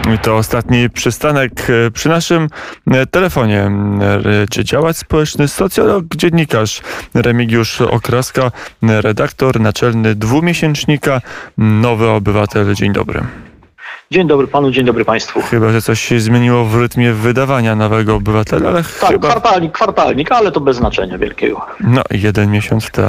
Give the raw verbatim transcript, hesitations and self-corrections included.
To ostatni przystanek przy naszym telefonie. Czy działacz społeczny, socjolog, dziennikarz Remigiusz Okraska, redaktor naczelny dwumiesięcznika Nowy Obywatel. Dzień dobry. Dzień dobry panu, dzień dobry państwu. Chyba, że coś się zmieniło w rytmie wydawania Nowego Obywatela, ale tak, chyba... kwartalnik, kwartalnik, ale to bez znaczenia wielkiego. No, jeden miesiąc